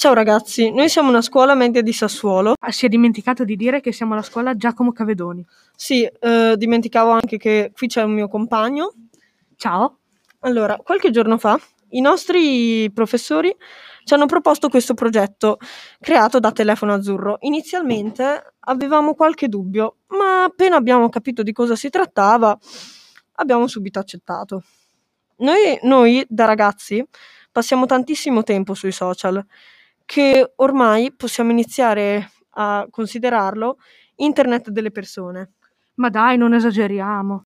Ciao ragazzi, noi siamo una scuola media di Sassuolo. Si è dimenticato di dire che siamo la scuola Giacomo Cavedoni. Sì, dimenticavo anche che qui c'è un mio compagno. Ciao. Allora, qualche giorno fa i nostri professori ci hanno proposto questo progetto creato da Telefono Azzurro. Inizialmente avevamo qualche dubbio, ma appena abbiamo capito di cosa si trattava, abbiamo subito accettato. Noi da ragazzi passiamo tantissimo tempo sui social, che ormai possiamo iniziare a considerarlo internet delle persone. Ma dai, non esageriamo.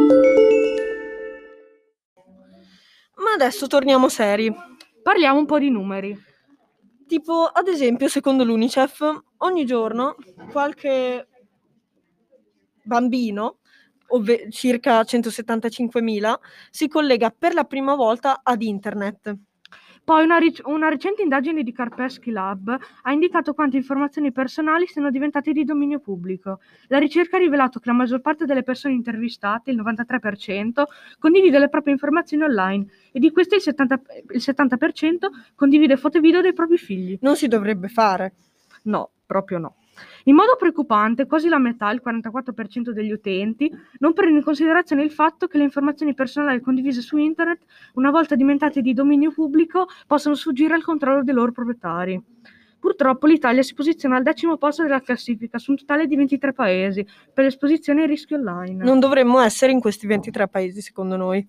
Ma adesso torniamo seri. Parliamo un po' di numeri. Tipo, ad esempio, secondo l'UNICEF, ogni giorno qualche bambino, circa 175.000, si collega per la prima volta ad internet. Poi una recente indagine di Kaspersky Lab ha indicato quante informazioni personali siano diventate di dominio pubblico. La ricerca ha rivelato che la maggior parte delle persone intervistate, il 93%, condivide le proprie informazioni online e di queste il 70% condivide foto e video dei propri figli. Non si dovrebbe fare. No, proprio no. In modo preoccupante, quasi la metà, il 44% degli utenti, non prende in considerazione il fatto che le informazioni personali condivise su internet, una volta diventate di dominio pubblico, possono sfuggire al controllo dei loro proprietari. Purtroppo l'Italia si posiziona al 10° posto della classifica su un totale di 23 paesi per l'esposizione ai rischi online. Non dovremmo essere in questi 23 paesi, secondo noi.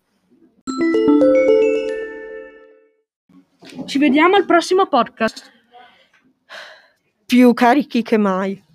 Ci vediamo al prossimo podcast. Più carichi che mai.